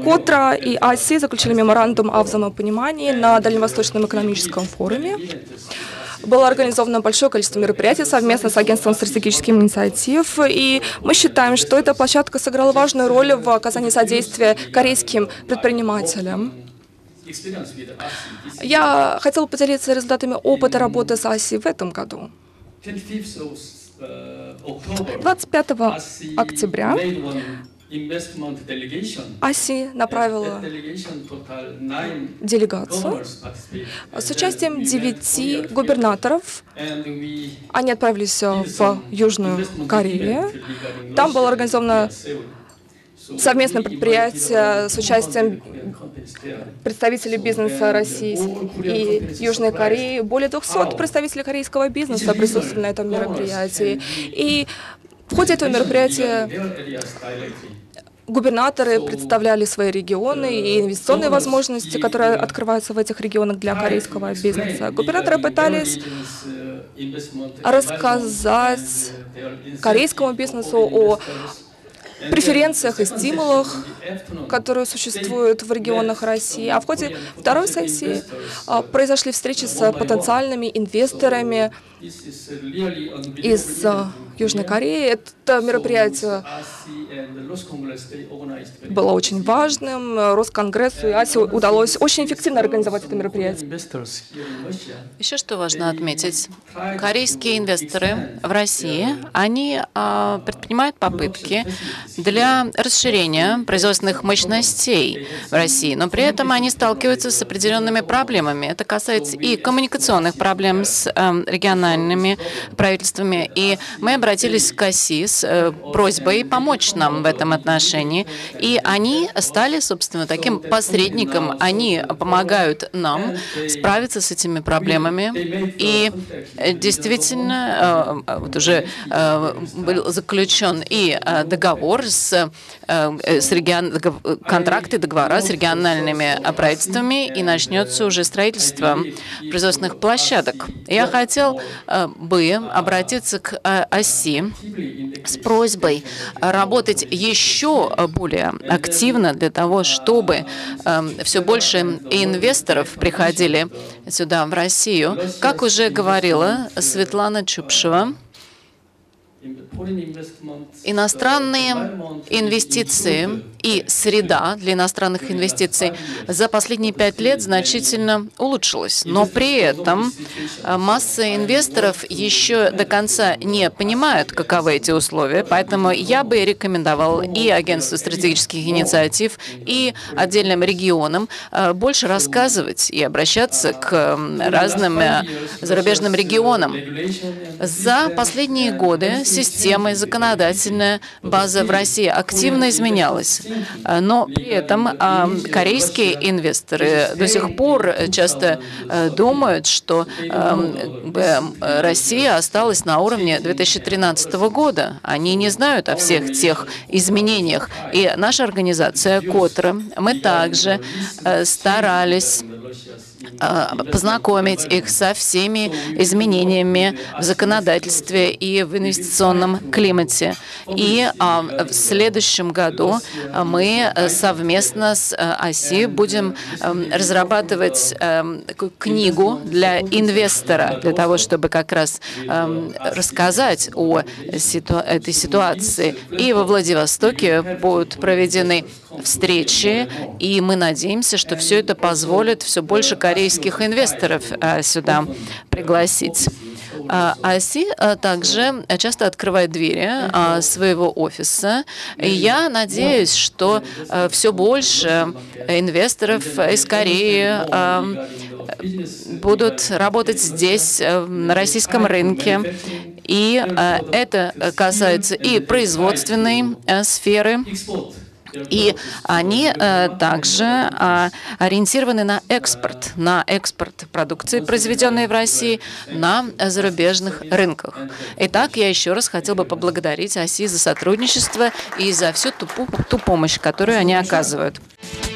Котра и Аси заключили меморандум о взаимопонимании на Дальневосточном экономическом форуме. Было организовано большое количество мероприятий совместно с Агентством стратегических инициатив, и мы считаем, что эта площадка сыграла важную роль в оказании содействия корейским предпринимателям. Я хотела поделиться результатами опыта работы с Аси в этом году. 25 октября Аси направила делегацию с участием 9 губернаторов. Они отправились в Южную Корею. Там было организовано совместное предприятие с участием представителей бизнеса России и Южной Кореи. Более 200 представителей корейского бизнеса присутствовали на этом мероприятии. И в ходе этого мероприятия губернаторы представляли свои регионы и инвестиционные возможности, которые открываются в этих регионах для корейского бизнеса. Губернаторы пытались рассказать корейскому бизнесу о преференциях и стимулах, которые существуют в регионах России. А в ходе второй сессии произошли встречи с потенциальными инвесторами из Южной Кореи. Это мероприятие было очень важным. Росконгрессу и Аси удалось очень эффективно организовать это мероприятие. Еще что важно отметить. Корейские инвесторы в России, они предпринимают попытки для расширения производственных мощностей в России, но при этом они сталкиваются с определенными проблемами. Это касается и коммуникационных проблем с региональными правительствами. И мы обратились к Аси с просьбой помочь нам в этом отношении. И они стали, собственно, таким посредником. Они помогают нам справиться с этими проблемами. И действительно, вот уже был заключен и договор контракты, договора с региональными правительствами, и начнется уже строительство производственных площадок. Я хотел бы обратиться к Аси с просьбой работать еще более активно для того, чтобы все больше инвесторов приходили сюда, в Россию. Как уже говорила Светлана Чупшева, иностранные инвестиции и среда для иностранных инвестиций за последние 5 лет значительно улучшилась. Но при этом масса инвесторов еще до конца не понимают, каковы эти условия. Поэтому я бы рекомендовал и Агентству стратегических инициатив, и отдельным регионам больше рассказывать и обращаться к разным зарубежным регионам. За последние годы система и законодательная база в России активно изменялась. Но при этом корейские инвесторы до сих пор часто думают, что Россия осталась на уровне 2013 года. Они не знают о всех тех изменениях. И наша организация «Котра», мы также старались познакомить их со всеми изменениями в законодательстве и в инвестиционном климате. И в следующем году мы совместно с Аси будем разрабатывать такую книгу для инвестора, для того, чтобы как раз рассказать о этой ситуации. И во Владивостоке будут проведены встречи, и мы надеемся, что все это позволит все больше корейских инвесторов сюда пригласить. Аси также часто открывает двери своего офиса. И я надеюсь, что все больше инвесторов из Кореи будут работать здесь, на российском рынке. И это касается и производственной сферы. И они также ориентированы на экспорт продукции, произведенной в России, на зарубежных рынках. Итак, я еще раз хотел бы поблагодарить Аси за сотрудничество и за всю ту помощь, которую они оказывают.